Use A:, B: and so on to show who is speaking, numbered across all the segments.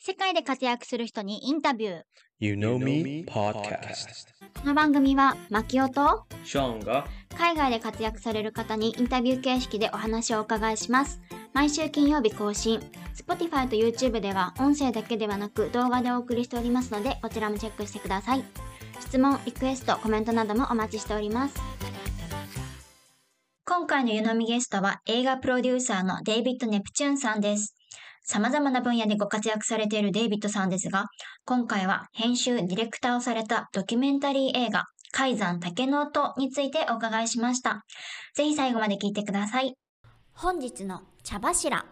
A: 世界で活躍する人にインタビュー。
B: You Know Me Podcast。
A: この番組はマキオと
B: ショーンが
A: 海外で活躍される方にインタビュー形式でお話をお伺いします。毎週金曜日更新。 Spotify と YouTube では音声だけではなく動画でお送りしておりますので、こちらもチェックしてください。質問、リクエスト、コメントなどもお待ちしております。今回の湯飲みゲストは映画プロデューサーのデイビッド・ネプチューンさんです。様々な分野でご活躍されているデイビッドさんですが、今回は編集・ディレクターをされたドキュメンタリー映画海山竹の音についてお伺いしました。ぜひ最後まで聞いてください。本日の茶柱。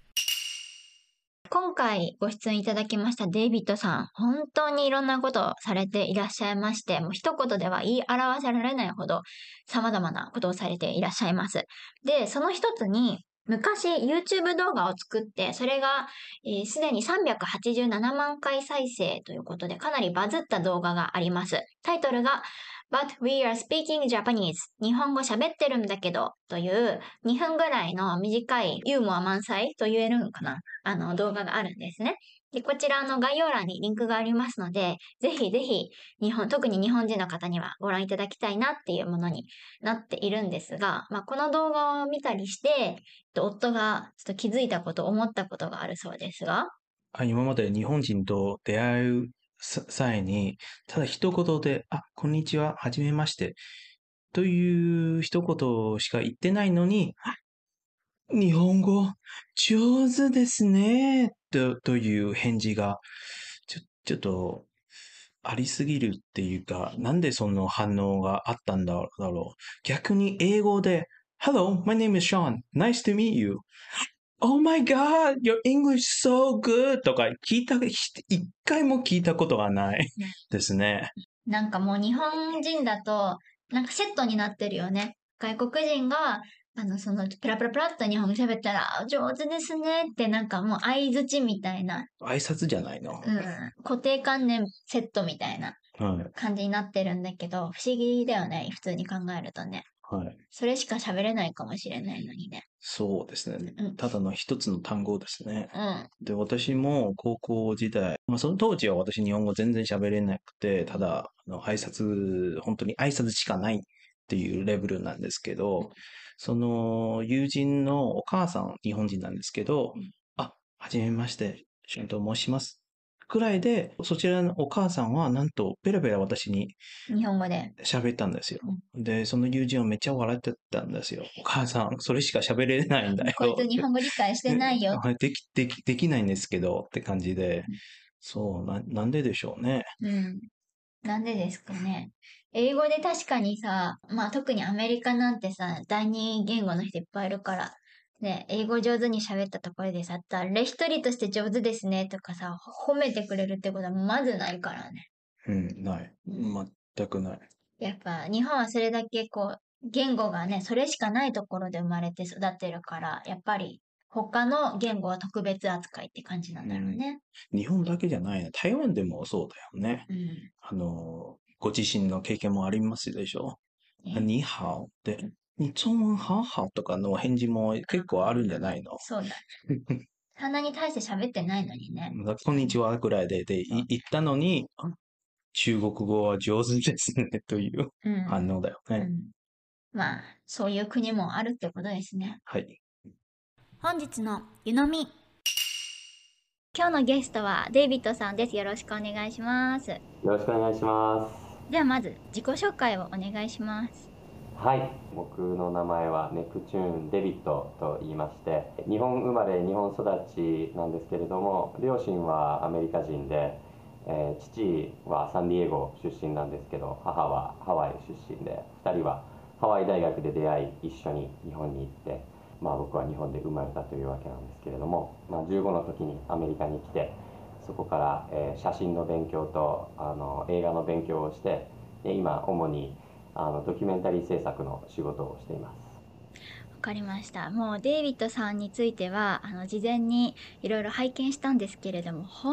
A: 今回ご出演いただきましたデイビッドさん、本当にいろんなことをされていらっしゃいまして、もう一言では言い表せられないほど様々なことをされていらっしゃいます。で、その一つに昔 YouTube 動画を作って、それがすでに387万回再生ということでかなりバズった動画があります。タイトルが But we are speaking Japanese 日本語喋ってるんだけどという2分ぐらいの短いユーモア満載と言えるのかな、動画があるんですね。で、こちら概要欄にリンクがありますので、ぜひぜひ特に日本人の方にはご覧いただきたいなっていうものになっているんですが、この動画を見たりして、夫がちょっと気づいたこと、思ったことがあるそうですが。
B: 今まで日本人と出会う際に、ただ一言で、こんにちは、はじめまして、という一言しか言ってないのに、日本語上手ですね、という返事が、ちょっと、ありすぎるっていうか、なんでその反応があったんだろう。逆に英語で、Hello, my name is Sean. Nice to meet you.Oh my god, your English so good! とか一回も聞いたことがないですね。
A: なんかもう日本人だと、なんかセットになってるよね。外国人が、プラプラプラっと日本語喋ったら、上手ですねって、なんかもう相槌みたいな。
B: 挨拶じゃないの。
A: 固定観念セットみたいな感じになってるんだけど、不思議だよね、普通に考えるとね。
B: はい。
A: それしか喋れないかもしれないのにね。
B: そうですね。ただの一つの単語ですね。
A: うん。
B: で、私も高校時代、その当時は私日本語全然喋れなくて、ただ、本当に挨拶しかないっていうレベルなんですけど、その友人のお母さん、日本人なんですけど、はじめまして、シュンと申します。くらいで、そちらのお母さんはなんとペラペラ私に
A: 日本語で
B: 喋ったんですよ。で、その友人はめっちゃ笑ってたんですよ。お母さん、それしか喋れないんだよ。
A: こいつ日本語理解してないよ。
B: できないんですけどって感じで、そう、なんででしょうね。
A: なんでですかね。英語で確かにさ、特にアメリカなんてさ、第二言語の人いっぱいいるから、ね、英語上手に喋ったところでさ、誰一人として上手ですねとかさ、褒めてくれるってことはまずないからね。
B: ない。全くない。
A: やっぱ日本はそれだけ言語がね、それしかないところで生まれて育ってるから、やっぱり他の言語は特別扱いって感じなんだろうね。
B: 日本だけじゃないな。台湾でもそうだよね。ご自身の経験もありますでしょ。にハオって、に中文ハオハオとかの返事も結構あるんじゃないの？
A: そうだ。そんなに大して喋ってないのにね。
B: こんにちはぐらいで言ったのに、中国語は上手ですねという反応だよね。
A: そういう国もあるってことですね。
B: はい。
A: 本日の湯飲み。今日のゲストはデイビッドさんです。よろしくお願いします。よ
C: ろしくお願いします。
A: ではまず自己紹介をお願いします。
C: はい、僕の名前はネプチューン・デビッドと言いまして、日本生まれ日本育ちなんですけれども、両親はアメリカ人で、父はサンディエゴ出身なんですけど、母はハワイ出身で、2人はハワイ大学で出会い、一緒に日本に行って、僕は日本で生まれたというわけなんですけれども、15の時にアメリカに来て、そこから、写真の勉強と映画の勉強をして、で今主にドキュメンタリー制作の仕事をしています。
A: わかりました。もうデイビッドさんについては事前にいろいろ拝見したんですけれども、本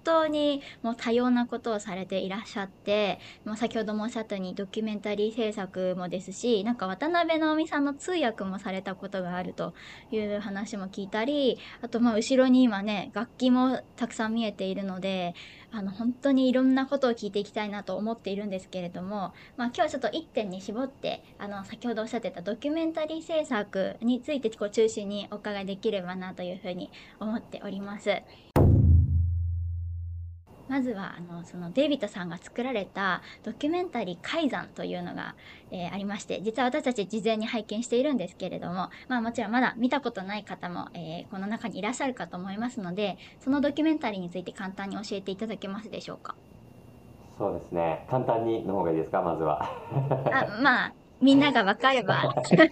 A: 当にもう多様なことをされていらっしゃって、もう先ほどもおっしゃったようにドキュメンタリー制作もですし、なんか渡辺直美さんの通訳もされたことがあるという話も聞いたり、あと後ろに今ね、楽器もたくさん見えているので、本当にいろんなことを聞いていきたいなと思っているんですけれども、今日はちょっと一点に絞って、先ほどおっしゃってたドキュメンタリー制作について中心にお伺いできればなというふうに思っております。まずはそのデイビッドさんが作られたドキュメンタリー改ざんというのが、ありまして、実は私たち事前に拝見しているんですけれども、もちろんまだ見たことない方も、この中にいらっしゃるかと思いますので、そのドキュメンタリーについて簡単に教えていただけますでしょうか。
C: そうですね。簡単にの方がいいですか、まずは。
A: みんながわかれば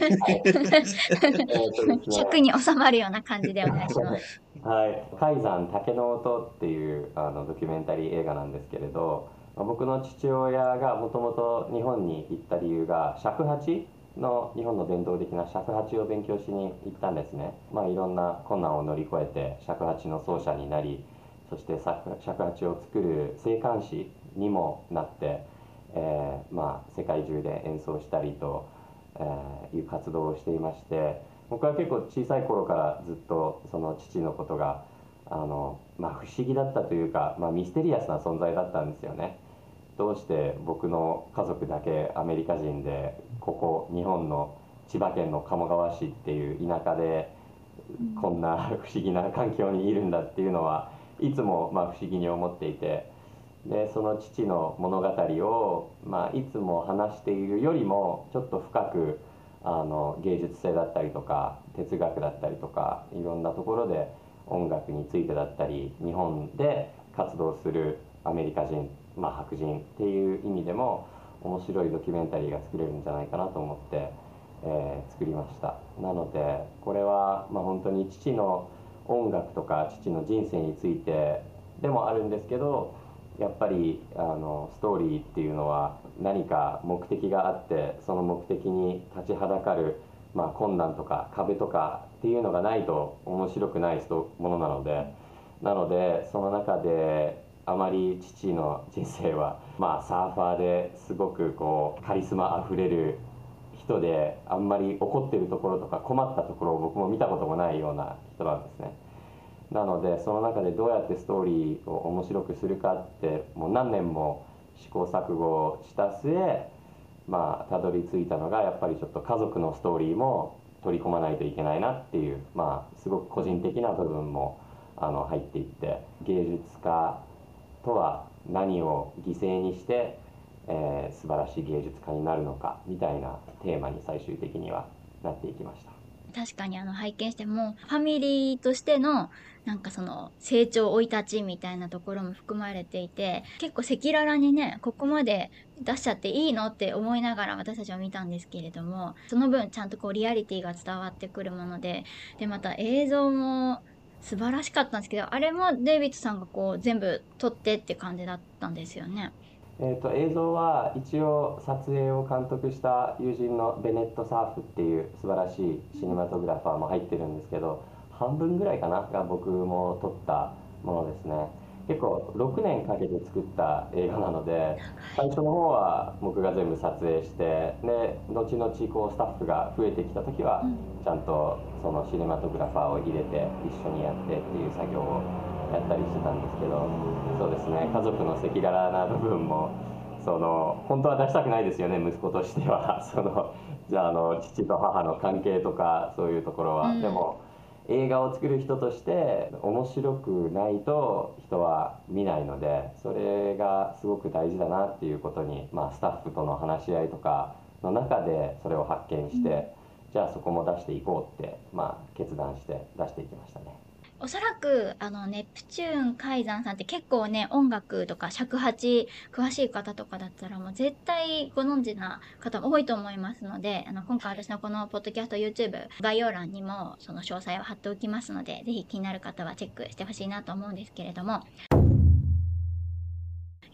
A: 尺に収まるような感じでお願いします。
C: はい、海山竹の音っていうドキュメンタリー映画なんですけれど、僕の父親がもともと日本に行った理由が尺八の日本の伝統的な尺八を勉強しに行ったんですね。いろんな困難を乗り越えて尺八の奏者になり、そして尺八を作る製管師にもなって、世界中で演奏したりと、いう活動をしていまして、僕は結構小さい頃からずっとその父のことが不思議だったというか、ミステリアスな存在だったんですよね。どうして僕の家族だけアメリカ人で、ここ日本の千葉県の鴨川市っていう田舎でこんな不思議な環境にいるんだっていうのはいつも不思議に思っていて、でその父の物語を、いつも話しているよりもちょっと深く芸術性だったりとか哲学だったりとかいろんなところで音楽についてだったり日本で活動するアメリカ人、白人っていう意味でも面白いドキュメンタリーが作れるんじゃないかなと思って、作りました。なのでこれは本当に父の音楽とか父の人生についてでもあるんですけど、やっぱりストーリーっていうのは何か目的があって、その目的に立ちはだかる、困難とか壁とかっていうのがないと面白くないものなのでその中であまり父の人生は、サーファーですごくこうカリスマあふれる人で、あんまり怒ってるところとか困ったところを僕も見たこともないような人なんですね。なのでその中でどうやってストーリーを面白くするかってもう何年も試行錯誤した末、たどり着いたのがやっぱりちょっと家族のストーリーも取り込まないといけないなっていう、すごく個人的な部分も入っていって、芸術家とは何を犠牲にして、素晴らしい芸術家になるのかみたいなテーマに最終的にはなっていきました。
A: 確かに拝見してもファミリーとしてのなんかその成長生い立ちみたいなところも含まれていて、結構赤裸々にねここまで出しちゃっていいのって思いながら私たちは見たんですけれども、その分ちゃんとこうリアリティが伝わってくるもので、また映像も素晴らしかったんですけど、あれもデイビッドさんがこう全部撮ってって感じだったんですよね。
C: 映像は一応撮影を監督した友人のベネット・サーフっていう素晴らしいシネマトグラファーも入ってるんですけど、半分ぐらいかなが僕も撮ったものですね。結構6年かけて作った映画なので、最初の方は僕が全部撮影して、で後々こうスタッフが増えてきた時はちゃんとそのシネマトグラファーを入れて一緒にやってっていう作業をやったりしてたんですけど、そうですね、家族の赤裸々な部分も本当は出したくないですよね、息子としては。じゃあ父と母の関係とかそういうところは、でも映画を作る人として面白くないと人は見ないので、それがすごく大事だなっていうことに、スタッフとの話し合いとかの中でそれを発見して、じゃあそこも出していこうって、決断して出していきましたね。
A: おそらくネプチューン海山さんって結構ね音楽とか尺八詳しい方とかだったらもう絶対ご存知な方も多いと思いますので、今回私のこのポッドキャスト YouTube 概要欄にもその詳細を貼っておきますので、ぜひ気になる方はチェックしてほしいなと思うんですけれども、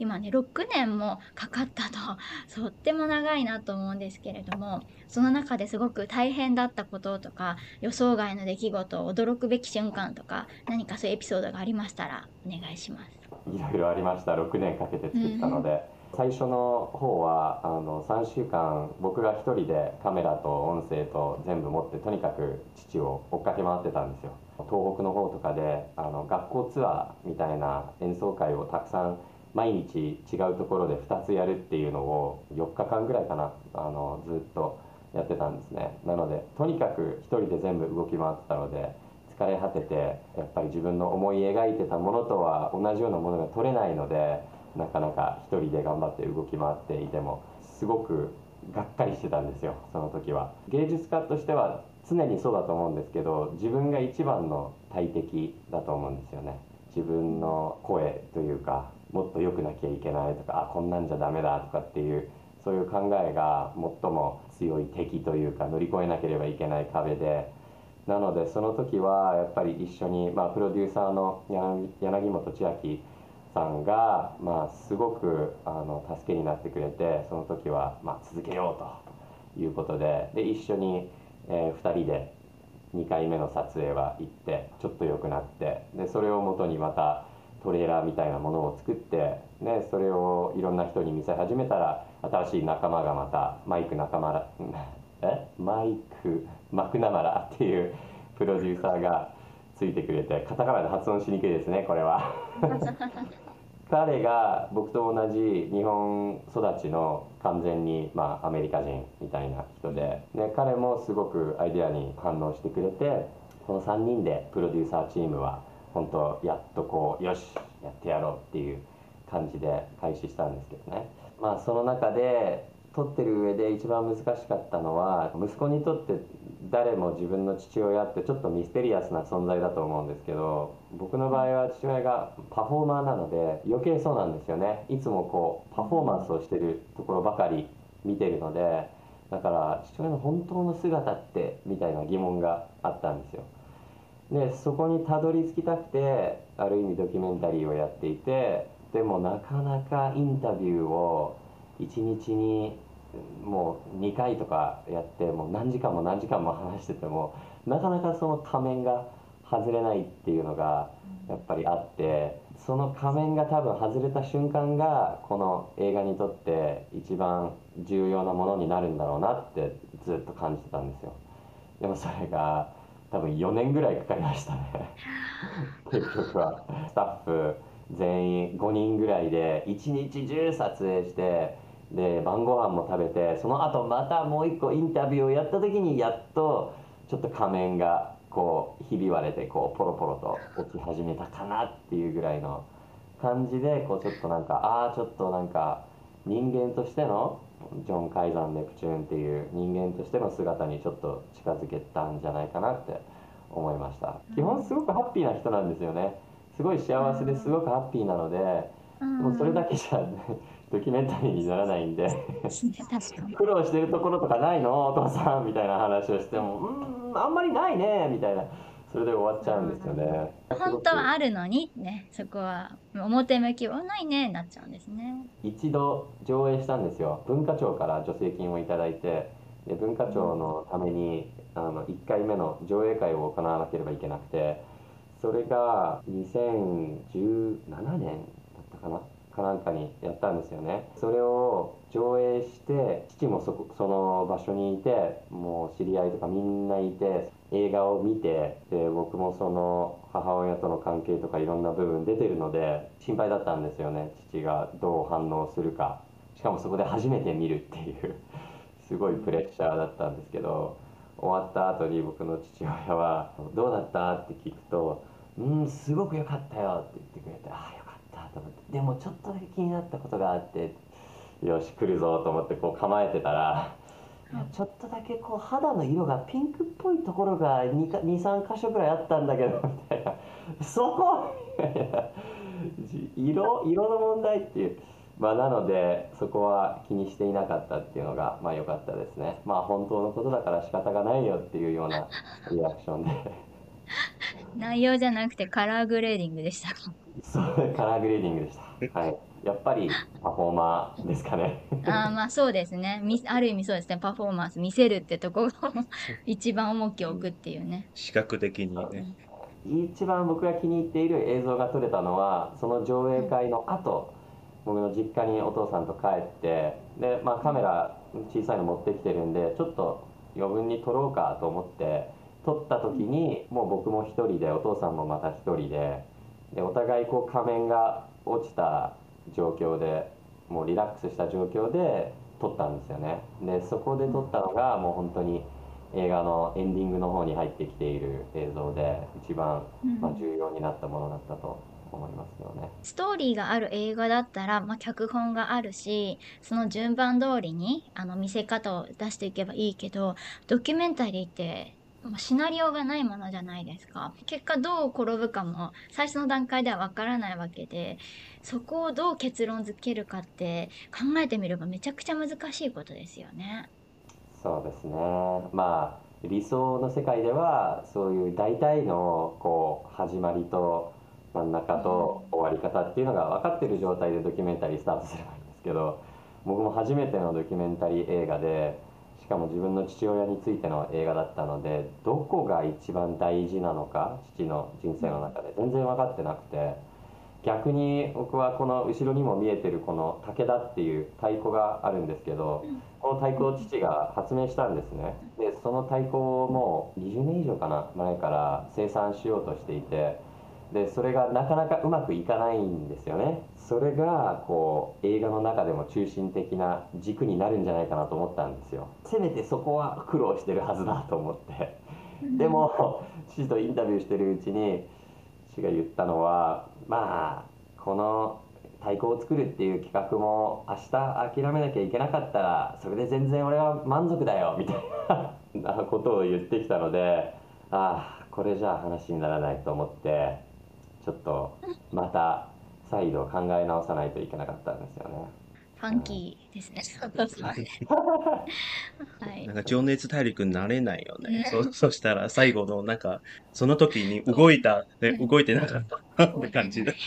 A: 今ね、6年もかかったと、とっても長いなと思うんですけれども、その中ですごく大変だったこととか、予想外の出来事、驚くべき瞬間とか、何かそういうエピソードがありましたらお願いします。
C: いろいろありました。6年かけて作ったので、最初の方は3週間僕が一人でカメラと音声と全部持ってとにかく父を追っかけ回ってたんですよ。東北の方とかで学校ツアーみたいな演奏会をたくさん毎日違うところで2つやるっていうのを4日間ぐらいかなずっとやってたんですね。なのでとにかく一人で全部動き回ってたので、疲れ果ててやっぱり自分の思い描いてたものとは同じようなものが取れないので、なかなか一人で頑張って動き回っていてもすごくがっかりしてたんですよ。その時は芸術家としては常にそうだと思うんですけど、自分が一番の大敵だと思うんですよね。自分の声というか、もっと良くなきゃいけないとか、こんなんじゃダメだとかっていう、そういう考えが最も強い敵というか、乗り越えなければいけない壁で、なのでその時はやっぱり一緒に、プロデューサーの柳本千秋さんが、すごく助けになってくれて、その時は、続けようということで、一緒に、2人で2回目の撮影は行ってちょっと良くなって、でそれをもとにまたトレーラーみたいなものを作って、でそれをいろんな人に見せ始めたら、新しい仲間がまたマイクマクナマラっていうプロデューサーがついてくれて、カタカナで発音しにくいですね、これは。彼が僕と同じ日本育ちの完全に、アメリカ人みたいな人で、彼もすごくアイデアに反応してくれて、この3人でプロデューサーチームは本当やっとよしやってやろうっていう感じで開始したんですけどね。その中で撮ってる上で一番難しかったのは、息子にとって誰も自分の父親ってちょっとミステリアスな存在だと思うんですけど、僕の場合は父親がパフォーマーなので余計そうなんですよね。いつもパフォーマンスをしてるところばかり見てるので、だから父親の本当の姿ってみたいな疑問があったんですよ。でそこにたどり着きたくて、ある意味ドキュメンタリーをやっていて、でもなかなかインタビューを1日にもう2回とかやって、もう何時間も何時間も話しててもなかなかその仮面が外れないっていうのがやっぱりあって、その仮面が多分外れた瞬間がこの映画にとって一番重要なものになるんだろうなってずっと感じてたんですよ。でもそれが多分4年ぐらいかかりましたね。結局はスタッフ全員5人ぐらいで一日中撮影して、で晩ご飯も食べて、その後またもう一個インタビューをやった時にやっとちょっと仮面がひび割れてポロポロと起き始めたかなっていうぐらいの感じで、ちょっとちょっと人間としてのジョン・カイザン・ネプチューンっていう人間としての姿にちょっと近づけたんじゃないかなって思いました。基本すごくハッピーな人なんですよね。すごい幸せですごくハッピーなので、もうそれだけじゃドキュメンタリーにならないんで苦労してるところとかないのお父さんみたいな話をしても、あんまりないねみたいな、それで終わっちゃうんですよね。
A: 本当はあるのにね、そこは表向きはないねなっちゃうんですね。
C: 一度上映したんですよ。文化庁から助成金をいただいて、で文化庁のために1回目の上映会を行わなければいけなくて、それが2017年だったかななんかにやったんですよね。それを上映して、父もその場所にいて、もう知り合いとかみんないて、映画を見て、で僕もその母親との関係とかいろんな部分出てるので心配だったんですよね。父がどう反応するか、しかもそこで初めて見るっていうすごいプレッシャーだったんですけど、終わった後に僕の父親は「どうだった?」って聞くと「すごく良かったよ」って言ってくれて、よかったと思って、でもちょっとだけ気になったことがあって、よし来るぞと思って構えてたら、ちょっとだけ肌の色がピンクっぽいところが23箇所ぐらいあったんだけどみたいな、そこ色の問題っていう。なのでそこは気にしていなかったっていうのが良かったですね。本当のことだから仕方がないよっていうようなリアクションで
A: 内容じゃなくてカラーグレーディングでした。
C: そうカラーグレーディングでした。はい。やっぱりパフォーマーですかね。
A: まあそうですね。ある意味そうですね。パフォーマンス見せるってところを一番重きを置くっていうね。
B: 視覚的にね。
C: 一番僕が気に入っている映像が撮れたのは、その上映会の後、僕の実家にお父さんと帰って、で、まあカメラ小さいの持ってきてるんで、ちょっと余分に撮ろうかと思って、撮った時に、もう僕も一人で、お父さんもまた一人で、お互いこう仮面が落ちた状況で、もうリラックスした状況で撮ったんですよね。で、そこで撮ったのがもう本当に映画のエンディングの方に入ってきている映像で一番、重要になったものだったと思いますよね。
A: ストーリーがある映画だったら、脚本があるし、その順番通りに見せ方を出していけばいいけど、ドキュメンタリーってシナリオがないものじゃないですか。結果どう転ぶかも最初の段階ではわからないわけで、そこをどう結論付けるかって考えてみればめちゃくちゃ難しいことですよね。
C: そうですね。まあ理想の世界ではそういう大体のこう始まりと真ん中と終わり方っていうのが分かってる状態でドキュメンタリースタートすればいいんですけど、僕も初めてのドキュメンタリー映画で、しかも自分の父親についての映画だったので、どこが一番大事なのか父の人生の中で全然分かってなくて、逆に僕はこの後ろにも見えてるこの武田っていう太鼓があるんですけど、この太鼓を父が発明したんですね。でその太鼓をもう20年以上かな前から生産しようとしていて、でそれがなかなかうまくいかないんですよね。それがこう映画の中でも中心的な軸になるんじゃないかなと思ったんですよ。せめてそこは苦労してるはずだと思って。でも父とインタビューしてるうちに父が言ったのは、まあこの太鼓を作るっていう企画も明日諦めなきゃいけなかったらそれで全然俺は満足だよみたいなことを言ってきたので、ああこれじゃあ話にならないと思って、ちょっとまた再度考え直さないといけなかったんですよね。
A: ファンキーですね。はい。
B: なんか情熱大陸になれないよね。そしたら最後のなんか、その時に動いた、ね、動いてなかったって感じだ。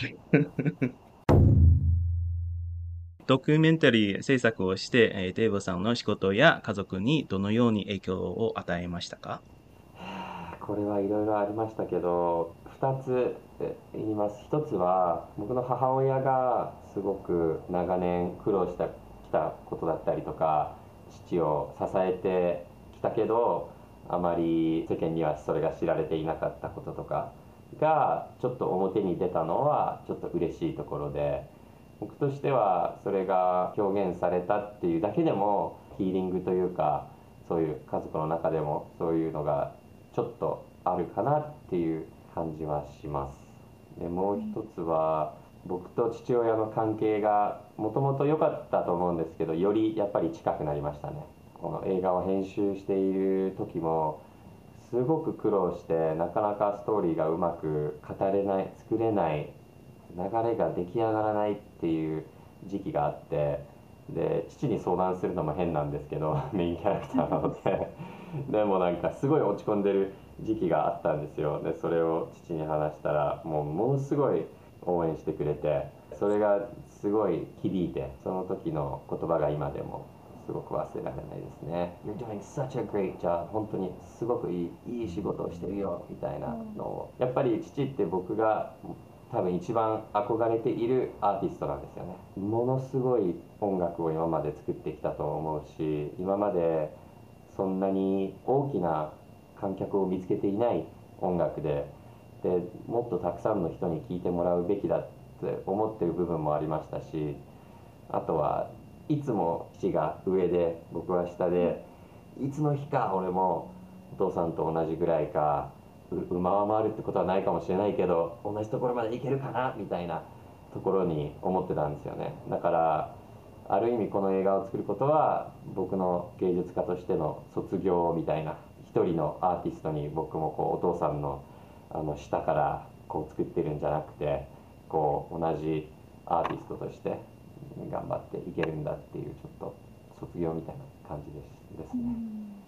B: ドキュメンタリー制作をして、デーブさんの仕事や家族にどのように影響を与えましたか？
C: これはいろいろありましたけど、2つ言います。1つは僕の母親がすごく長年苦労してきたことだったりとか、父を支えてきたけどあまり世間にはそれが知られていなかったこととかがちょっと表に出たのはちょっと嬉しいところで、僕としてはそれが表現されたっていうだけでもヒーリングというか、そういう家族の中でもそういうのがちょっとあるかなっていう感じはします。でもう一つは僕と父親の関係がもともと良かったと思うんですけど、よりやっぱり近くなりましたね。この映画を編集している時もすごく苦労して、なかなかストーリーがうまく語れない、作れない、流れが出来上がらないっていう時期があって、で父に相談するのも変なんですけどメインキャラクターなのででもなんかすごい落ち込んでる時期があったんですよ。でそれを父に話したらものすごい応援してくれて、それがすごい響いて、その時の言葉が今でもすごく忘れられないですね。You're doing such a great job. 本当にすごくいい仕事をしてるよみたいなのを、やっぱり父って僕が多分一番憧れているアーティストなんですよね。ものすごい音楽を今まで作ってきたと思うし、今までそんなに大きな観客を見つけていない音楽でもっとたくさんの人に聴いてもらうべきだって思ってる部分もありましたし、あとはいつも父が上で僕は下で、いつの日か俺もお父さんと同じぐらいか、馬は回るってことはないかもしれないけど同じところまで行けるかなみたいなところに思ってたんですよね。だからある意味この映画を作ることは僕の芸術家としての卒業みたいな、一人のアーティストに僕もこうお父さんの下からこう作ってるんじゃなくて、こう同じアーティストとして頑張っていけるんだっていう、ちょっと卒業みたいな感じですね。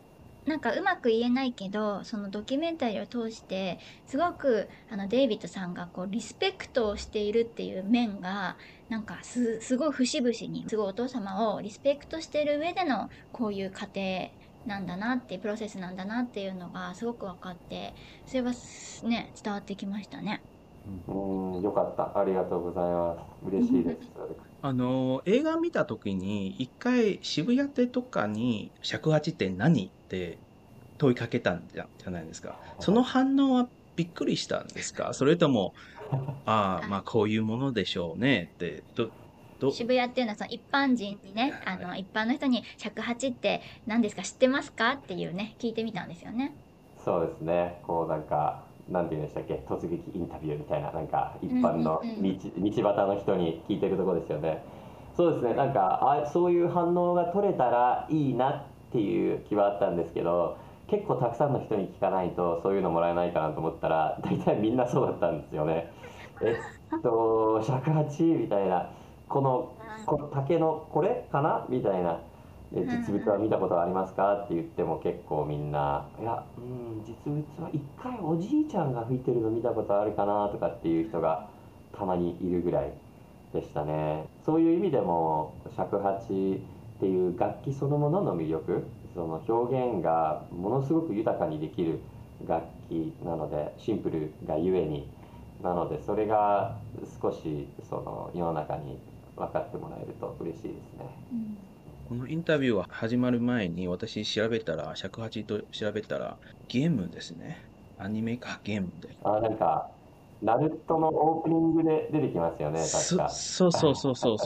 A: なんかうまく言えないけど、そのドキュメンタリーを通してすごくデイビッドさんがこうリスペクトをしているっていう面がなんかすごい節々にすごいお父様をリスペクトしている上でのこういう過程なんだなっていうプロセスなんだなっていうのがすごく分かって、それはね伝わってきましたね。
C: よかった。ありがとうございます。嬉しいです。
B: 映画見た時に、一回渋谷でとかに尺八って何って問いかけたんじゃないですか。その反応はびっくりしたんですか？それとも、ああ、まあこういうものでしょうねって、
A: 渋谷っていうのはその一般人にね、一般の人に尺八って何ですか知ってますかっていうね聞いてみたんですよね。
C: そうですね。こうなんか、なんて言うんでしたっけ、突撃インタビューみたいな、なんか一
A: うんうん
C: 般の
A: うん
C: 道端の人に聞いてるところですよね。そうですね。なんか、そういう反応が取れたらいいなっていう気はあったんですけど、結構たくさんの人に聞かないとそういうのもらえないかなと思ったら、大体みんなそうだったんですよね。尺八みたいな、竹のこれかなみたいな。実物は見たことありますかって言っても結構みんな、いや、実物は一回おじいちゃんが吹いてるの見たことあるかなとかっていう人がたまにいるぐらいでしたね。そういう意味でも尺八っていう楽器そのものの魅力、その表現がものすごく豊かにできる楽器なので、シンプルがゆえに、なのでそれが少しその世の中に分かってもらえると嬉しいですね。
B: このインタビューは始まる前に私調べたら、尺八と調べたら、ゲームですね。アニメかゲームで。
C: なんか、ナルトのオープニングで出てきますよね、確か。
B: そう。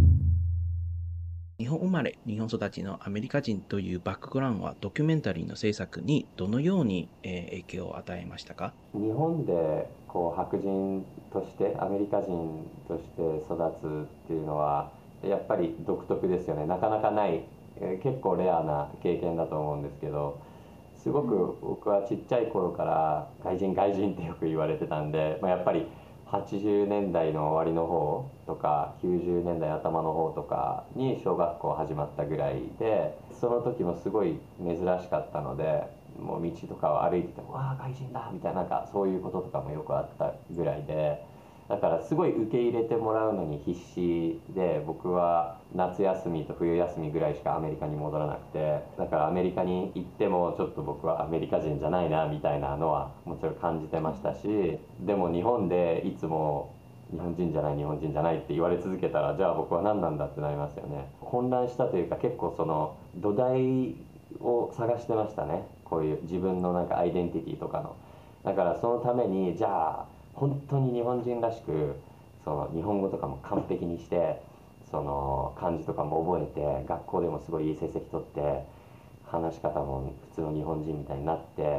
B: 日本生まれ、日本育ちのアメリカ人というバックグラウンドはドキュメンタリーの制作にどのように影響を与えましたか？
C: 日本でこう白人としてアメリカ人として育つっていうのはやっぱり独特ですよね。なかなかない、結構レアな経験だと思うんですけど、すごく僕はちっちゃい頃から外人外人ってよく言われてたんで、やっぱり80年代の終わりの方とか90年代頭の方とかに小学校始まったぐらいで、その時もすごい珍しかったので、もう道とかを歩いてても「ああ外人だ」みたいな、なんかそういうこととかもよくあったぐらいで、だからすごい受け入れてもらうのに必死で、僕は夏休みと冬休みぐらいしかアメリカに戻らなくて、だからアメリカに行ってもちょっと僕はアメリカ人じゃないなみたいなのはもちろん感じてましたし、でも日本でいつも日本人じゃない日本人じゃないって言われ続けたら、じゃあ僕は何なんだってなりますよね。混乱したというか、結構その土台を探してましたね。こういう自分のなんかアイデンティティとかの。だからそのために、じゃあ本当に日本人らしく、その日本語とかも完璧にして、その漢字とかも覚えて、学校でもすごいいい成績取って、話し方も普通の日本人みたいになって、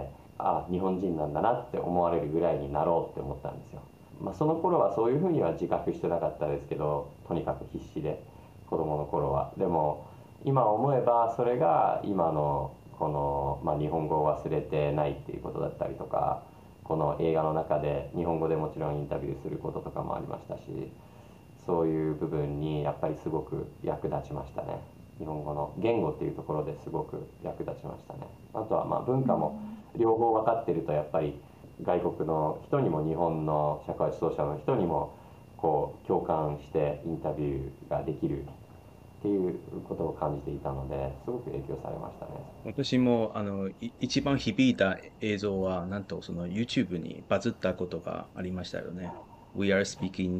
C: あ、日本人なんだなって思われるぐらいになろうって思ったんですよ。その頃はそういうふうには自覚してなかったですけど、とにかく必死で、子供の頃は。でも今思えばそれが今のこの、日本語を忘れてないっていうことだったりとか、この映画の中で日本語でもちろんインタビューすることとかもありましたし、そういう部分にやっぱりすごく役立ちましたね。日本語の言語っていうところですごく役立ちましたね。あとは文化も両方分かってると、やっぱり外国の人にも日本の社会奏者の人にもこう共感してインタビューができるっていうことを感じていたので、すごく影響されましたね。
B: 私も一番響いた映像は、なんとその YouTube にバズったことがありましたよね。We are speaking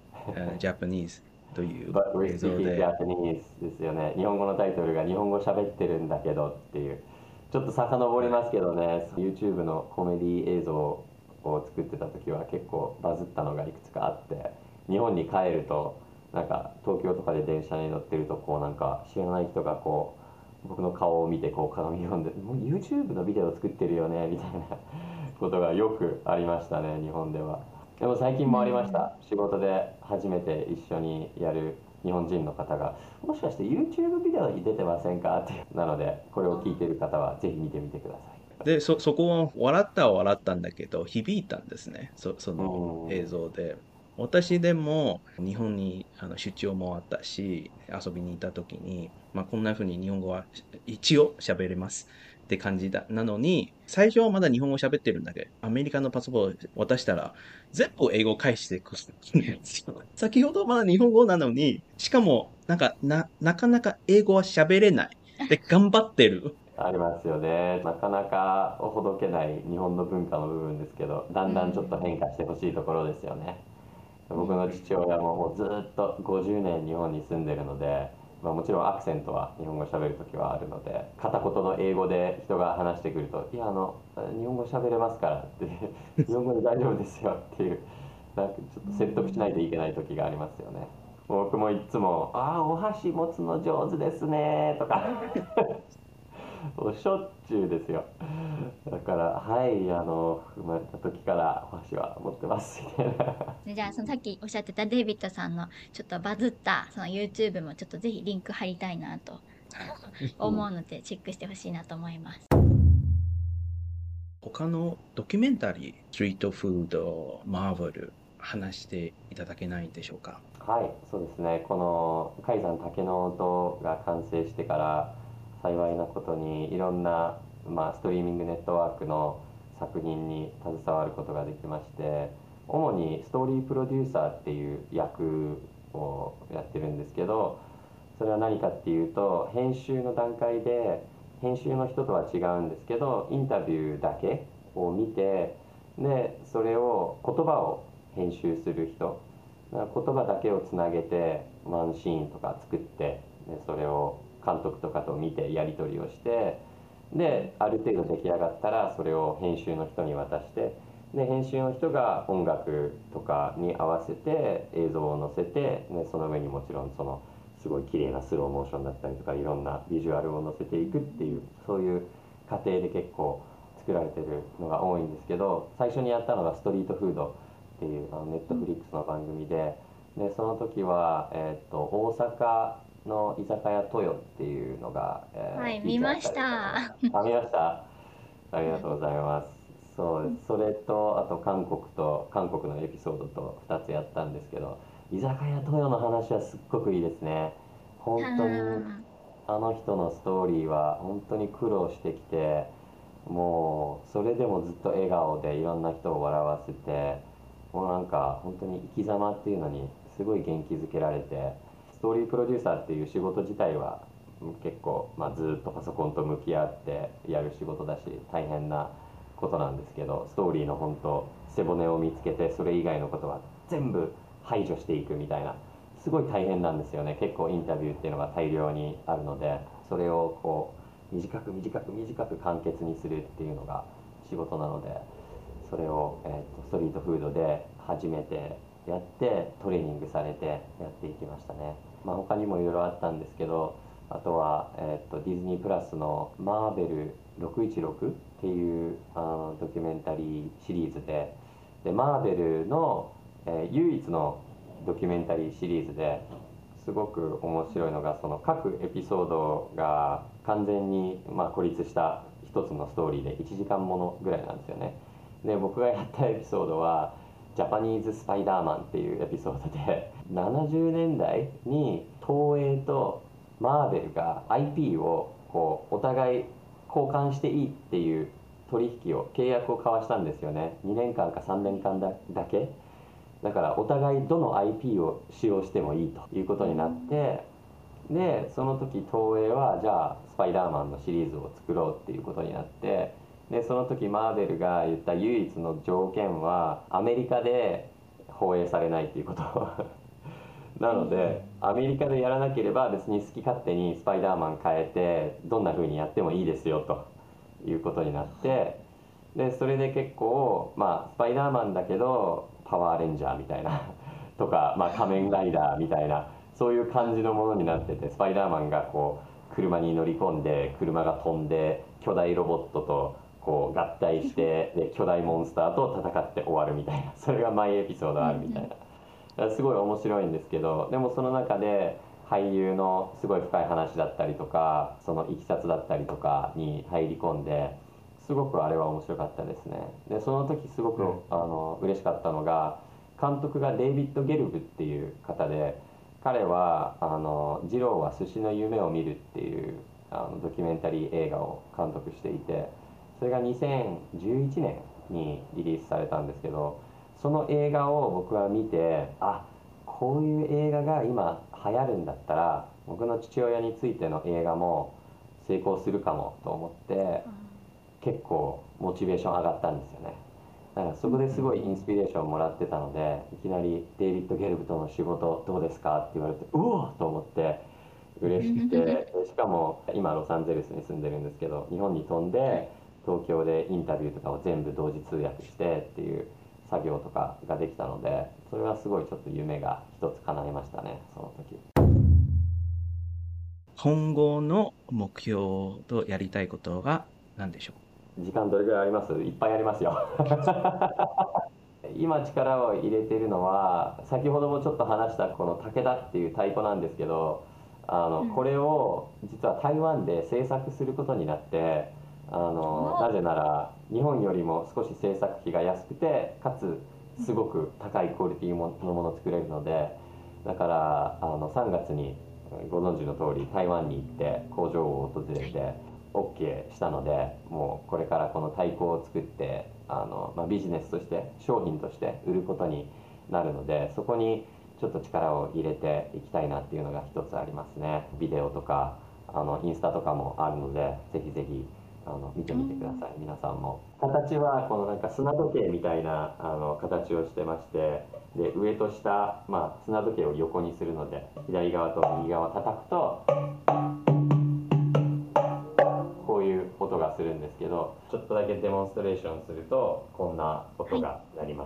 B: Japanese という
C: But we're
B: 映像
C: speaking
B: で、
C: Japanese ですよね。日本語のタイトルが日本語喋ってるんだけどっていう。ちょっと遡りますけどね、YouTube のコメディ映像を作ってた時は結構バズったのがいくつかあって、日本に帰ると、なんか東京とかで電車に乗ってると、こうなんか知らない人がこう僕の顔を見てこう鏡読んで、もう YouTube のビデオ作ってるよねみたいなことがよくありましたね、日本では。でも最近もありました。仕事で初めて一緒にやる日本人の方が、もしかして YouTube ビデオに出てませんかって。なので、これを聞いている方はぜひ見てみてください。
B: で、そこは笑ったは笑ったんだけど、響いたんですね。その映像で。私でも日本に出張もあったし、遊びに行った時に、こんな風に日本語は一応喋れます。 って感じなのに、最初はまだ日本語喋ってるんだけど、アメリカのパスポート渡したら、全部英語返してくるんですよ。先ほどまだ日本語なのに、しかも、なかなか英語は喋れない。で、頑張ってる。
C: ありますよね。なかなかほどけない日本の文化の部分ですけど、だんだんちょっと変化してほしいところですよね。僕の父親ももうずっと50年日本に住んでるので、もちろんアクセントは日本語喋る時はあるので、片言の英語で人が話してくると「いや日本語喋れますから」って「日本語で大丈夫ですよ」っていう、なんかちょっと説得しないといけない時がありますよね。僕もいつも「ああお箸持つの上手ですね」とかもうしょっちゅうですよ。だからはい生まれた時からお箸は持ってますみたいな。
A: じゃあ、そのさっきおっしゃってたデイビッドさんのちょっとバズったその YouTube もちょっとぜひリンク貼りたいなと思うので、チェックしてほしいなと思います。
B: 他のドキュメンタリー、ストリートフード、マーブル、話していただけないでしょうか。
C: はい、そうですね。この海山竹の音が完成してから幸いなことにいろんな、ストリーミングネットワークの作品に携わることができまして、主にストーリープロデューサーっていう役をやってるんですけど、それは何かっていうと、編集の段階で編集の人とは違うんですけど、インタビューだけを見て、でそれを言葉を編集する人、言葉だけをつなげてワンシーンとか作って、でそれを監督とかと見てやり取りをして、である程度出来上がったらそれを編集の人に渡して、で編集の人が音楽とかに合わせて映像を載せて、でその上にもちろんそのすごい綺麗なスローモーションだったりとかいろんなビジュアルを載せていくっていう、そういう過程で結構作られてるのが多いんですけど、最初にやったのがストリートフードっていうネットフリックスの番組で、その時は、大阪の居酒屋豊っていうのが、
A: はい、
C: フィーチャー
A: 見まし
C: された
A: た。
C: のが見ました。ありがとうございます。そうです。それとあと韓国のエピソードと2つやったんですけど、居酒屋豊の話はすっごくいいですね。本当に
A: は
C: あの人のストーリーは本当に苦労してきて、もうそれでもずっと笑顔でいろんな人を笑わせて、もうなんか本当に生き様っていうのにすごい元気づけられて、ストーリープロデューサーっていう仕事自体は結構、ずっとパソコンと向き合ってやる仕事だし大変なことなんですけど、ストーリーの本当背骨を見つけてそれ以外のことは全部排除していくみたいな、すごい大変なんですよね。結構インタビューっていうのが大量にあるので、それをこう短く短く短く簡潔にするっていうのが仕事なので、それを、ストリートフードで初めてやってトレーニングされてやっていきましたね。他にもいろいろあったんですけど、あとは、ディズニープラスのマーベル616っていうドキュメンタリーシリーズでマーベルの、唯一のドキュメンタリーシリーズですごく面白いのが、その各エピソードが完全に、孤立した一つのストーリーで1時間ものぐらいなんですよね。で僕がやったエピソードはジャパニーズ・スパイダーマンっていうエピソードで、70年代に東映とマーベルが IP をこうお互い交換していいっていう契約を交わしたんですよね。2年間か3年間だけだから、お互いどの IP を使用してもいいということになって、でその時東映はじゃあスパイダーマンのシリーズを作ろうっていうことになって、でその時マーベルが言った唯一の条件はアメリカで放映されないっていうことなので、アメリカでやらなければ別に好き勝手にスパイダーマン変えてどんな風にやってもいいですよということになって、でそれで結構スパイダーマンだけどパワーレンジャーみたいなとか、仮面ライダーみたいなそういう感じのものになってて、スパイダーマンがこう車に乗り込んで車が飛んで巨大ロボットとこう合体して、で巨大モンスターと戦って終わるみたいな、それが毎エピソードあるみたいな、だからすごい面白いんですけど、でもその中で俳優のすごい深い話だったりとか、そのいきさつだったりとかに入り込んで、すごくあれは面白かったですね。でその時すごく、嬉しかったのが、監督がデイビッド・ゲルブっていう方で、彼は「二郎は寿司の夢を見る」っていうドキュメンタリー映画を監督していて、それが2011年にリリースされたんですけど、その映画を僕は見て、こういう映画が今流行るんだったら僕の父親についての映画も成功するかもと思って、結構モチベーション上がったんですよね。だからそこですごいインスピレーションをもらってたので、いきなりデイビッド・ゲルブとの仕事どうですかって言われて、うおーと思って嬉しくて、でしかも今ロサンゼルスに住んでるんですけど、日本に飛んで東京でインタビューとかを全部同時通訳してっていう作業とかができたので、それはすごいちょっと夢が一つ叶いましたね、その時。
B: 今後の目標とやりたいことが何でしょ
C: 時間どれぐらいあります？いっぱいありますよ。今力を入れているのは、先ほどもちょっと話したこの武田っていう太鼓なんですけど、これを実は台湾で制作することになって、なぜなら日本よりも少し制作費が安くて、かつすごく高いクオリティのものを作れるので、だから3月にご存知の通り台湾に行って工場を訪れて OK したので、もうこれからこの太鼓を作ってビジネスとして商品として売ることになるので、そこにちょっと力を入れていきたいなっていうのが一つありますね。ビデオとかインスタとかもあるので、ぜひぜひ見てみてください、皆さんも。形はこのなんか砂時計みたいな形をしてまして、で上と下、砂時計を横にするので、左側と右側を叩くとこういう音がするんですけど、ちょっとだけデモンストレーションするとこんな音が鳴ります。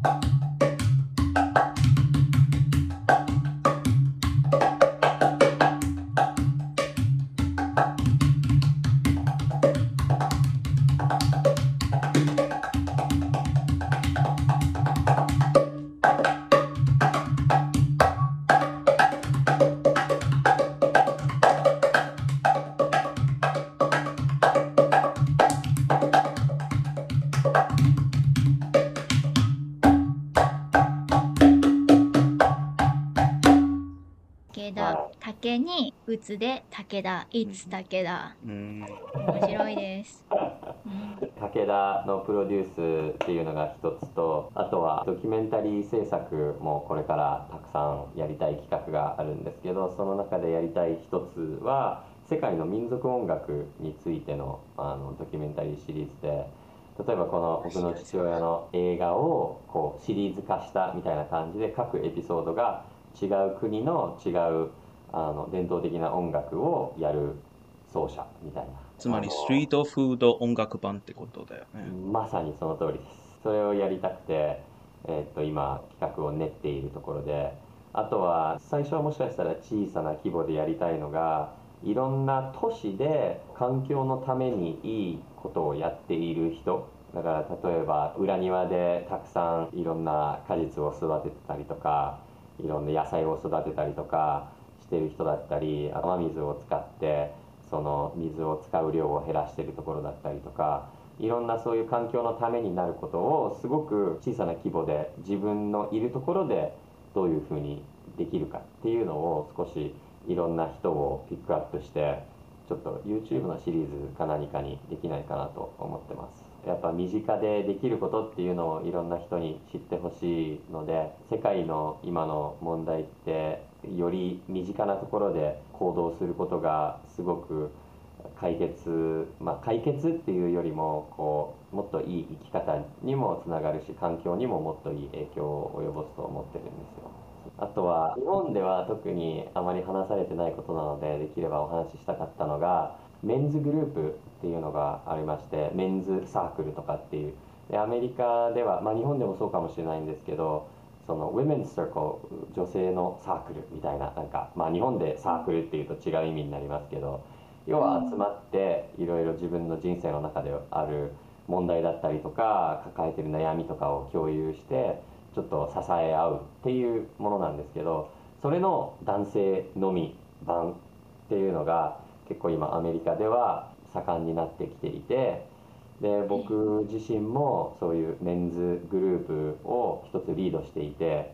A: 竹に打つで武田、いつ武田。面白いです。
C: 武田のプロデュースっていうのが一つと、あとはドキュメンタリー制作もこれからたくさんやりたい企画があるんですけど、その中でやりたい一つは世界の民族音楽についてのドキュメンタリーシリーズで、例えばこの僕の父親の映画をこうシリーズ化したみたいな感じで、各エピソードが違う国の違う伝統的な音楽をやる奏者みたいな。
B: つまりストリートフード音楽版ってことだよね。
C: まさにその通りです。それをやりたくて、今企画を練っているところで、あとは最初はもしかしたら小さな規模でやりたいのが、いろんな都市で環境のためにいいことをやっている人、だから例えば裏庭でたくさんいろんな果実を育ててたりとか、いろんな野菜を育てたりとかしてる人だったり、雨水を使ってその水を使う量を減らしているところだったりとか、いろんなそういう環境のためになることをすごく小さな規模で自分のいるところでどういうふうにできるかっていうのを少しいろんな人をピックアップして、ちょっと YouTube のシリーズか何かにできないかなと思ってます。やっぱ身近でできることっていうのをいろんな人に知ってほしいので、世界の今の問題ってより身近なところで行動することがすごく解決っていうよりももっといい生き方にもつながるし、環境にももっといい影響を及ぼすと思ってるんですよ。あとは日本では特にあまり話されてないことなので、できればお話ししたかったのが、メンズグループっていうのがありまして、メンズサークルとかっていう、でアメリカでは、日本でもそうかもしれないんですけど、その Women's Circle、 女性のサークルみたいな、日本でサークルっていうと違う意味になりますけど、要は集まっていろいろ自分の人生の中である問題だったりとか抱えてる悩みとかを共有してちょっと支え合うっていうものなんですけど、それの男性のみ版っていうのが結構今アメリカでは盛んになってきていて、で僕自身もそういうメンズグループを一つリードしていて、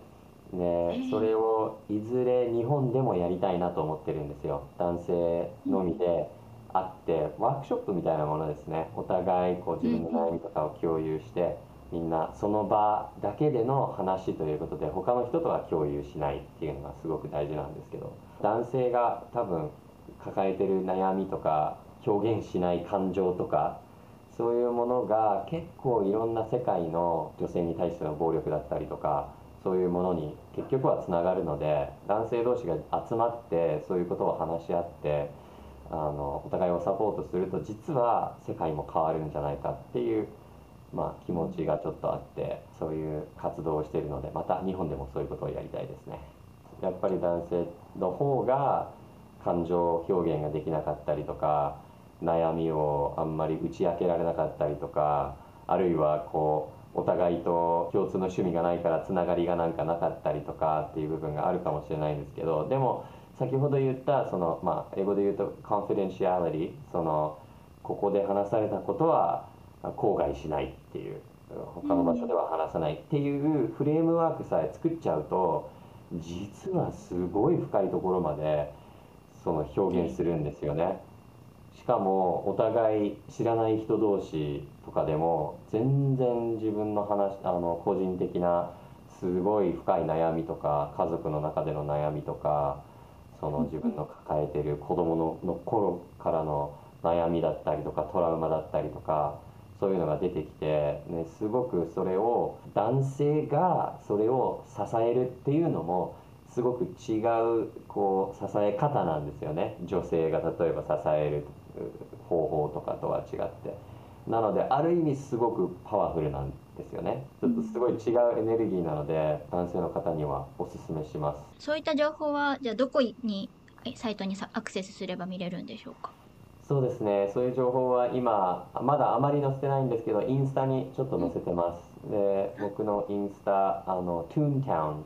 C: で、それをいずれ日本でもやりたいなと思ってるんですよ。男性のみで会ってワークショップみたいなものですね。お互いこう自分の悩みとかを共有して、みんなその場だけでの話ということで他の人とは共有しないっていうのがすごく大事なんですけど、男性が多分抱えてる悩みとか表現しない感情とか、そういうものが結構いろんな世界の女性に対しての暴力だったりとか、そういうものに結局はつながるので、男性同士が集まってそういうことを話し合ってお互いをサポートすると、実は世界も変わるんじゃないかっていう、気持ちがちょっとあって、そういう活動をしているので、また日本でもそういうことをやりたいですね。やっぱり男性の方が感情表現ができなかったりとか、悩みをあんまり打ち明けられなかったりとか、あるいはこうお互いと共通の趣味がないからつながりがなんかなかったりとかっていう部分があるかもしれないんですけど、でも先ほど言ったその、英語で言うとコンフィデンシャリティ、そのここで話されたことは口外しないっていう、他の場所では話さないっていうフレームワークさえ作っちゃうと、実はすごい深いところまでその表現するんですよね。しかもお互い知らない人同士とかでも全然自分の話、個人的なすごい深い悩みとか、家族の中での悩みとか、その自分の抱えてる子供の頃からの悩みだったりとか、トラウマだったりとか、そういうのが出てきて、ね、すごくそれを男性がそれを支えるっていうのもすごく違うこう支え方なんですよね。女性が例えば支える方法とかとは違って、なのである意味すごくパワフルなんですよね。ちょっとすごい違うエネルギーなので、男性の方にはおすすめします。
A: そういった情報は、じゃあどこに、サイトにアクセスすれば見れるんでしょうか？
C: そうですね、そういう情報は今まだあまり載せてないんですけど、インスタにちょっと載せてます。で、僕のインスタToontown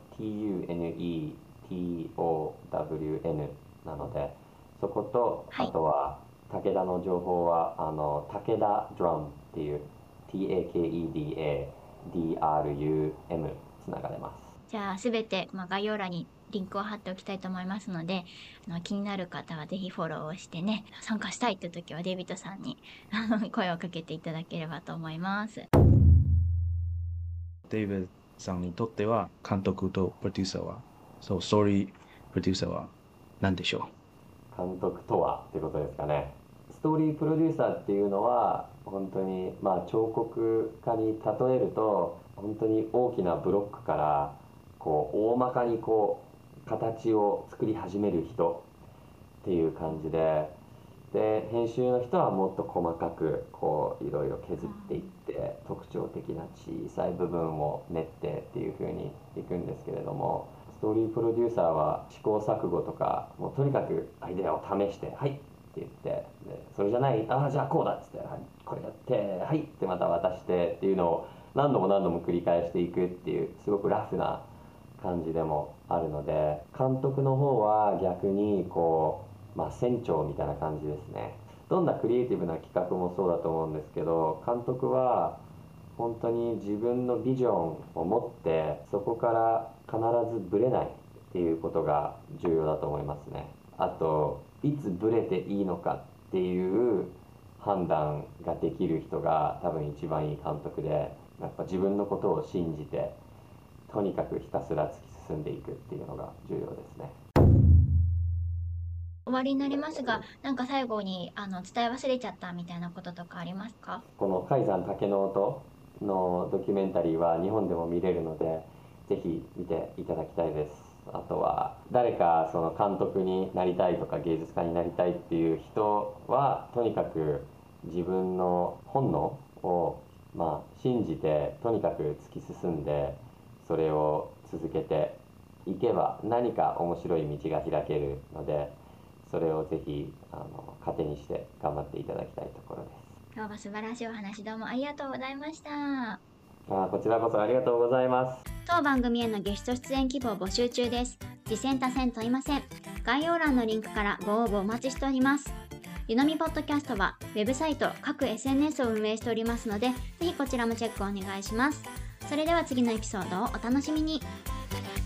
C: TUNETOWN なので、そこと、
A: はい
C: あとは武田の情報は武田ドラムっていう TAKEDADRUM つながれます。
A: じゃあすべて、概要欄にリンクを貼っておきたいと思いますので、気になる方はぜひフォローをしてね、参加したいって時はデイビッドさんに声をかけていただければと思います。
B: デイビッドさんにとっては監督とプロデューサーは、そう、ストーリープロデューサーは何でしょ
C: 監督とはってことですかね。ストーリープロデューサーっていうのは本当に、彫刻家に例えると、本当に大きなブロックからこう大まかにこう形を作り始める人っていう感じで、編集の人はもっと細かくこういろいろ削っていって特徴的な小さい部分を練ってっていう風にいくんですけれども、ストーリープロデューサーは試行錯誤とか、もうとにかくアイデアを試して「はい」って言って、でそれじゃない、ああじゃあこうだっつって、はい、これやってはいってまた渡してっていうのを何度も何度も繰り返していくっていう、すごくラフな感じでもあるので、監督の方は逆にこう船長みたいな感じですね。どんなクリエイティブな企画もそうだと思うんですけど、監督は本当に自分のビジョンを持ってそこから必ずブレないっていうことが重要だと思いますね。あといつブレていいのかっていう判断ができる人が多分一番いい監督で、やっぱ自分のことを信じてとにかくひたすら突き進んでいくっていうのが重要ですね。
A: 終わりになりますが、なんか最後に伝え忘れちゃったみたいなこととかありますか？
C: この海山竹の音のドキュメンタリーは日本でも見れるので、ぜひ見ていただきたいです。あとは誰かその監督になりたいとか芸術家になりたいっていう人は、とにかく自分の本能を信じてとにかく突き進んで、それを続けていけば何か面白い道が開けるので、それをぜひ糧にして頑張っていただきたいところです。
A: 今日は素晴らしいお話どうもありがとうございました。
C: こちらこそありがとうございます。
A: 当番組へのゲスト出演希望募集中です。次戦他戦問いません。概要欄のリンクからご応募お待ちしております。ゆのみポッドキャストはウェブサイト、各 SNS を運営しておりますので、ぜひこちらもチェックお願いします。それでは次のエピソードをお楽しみに。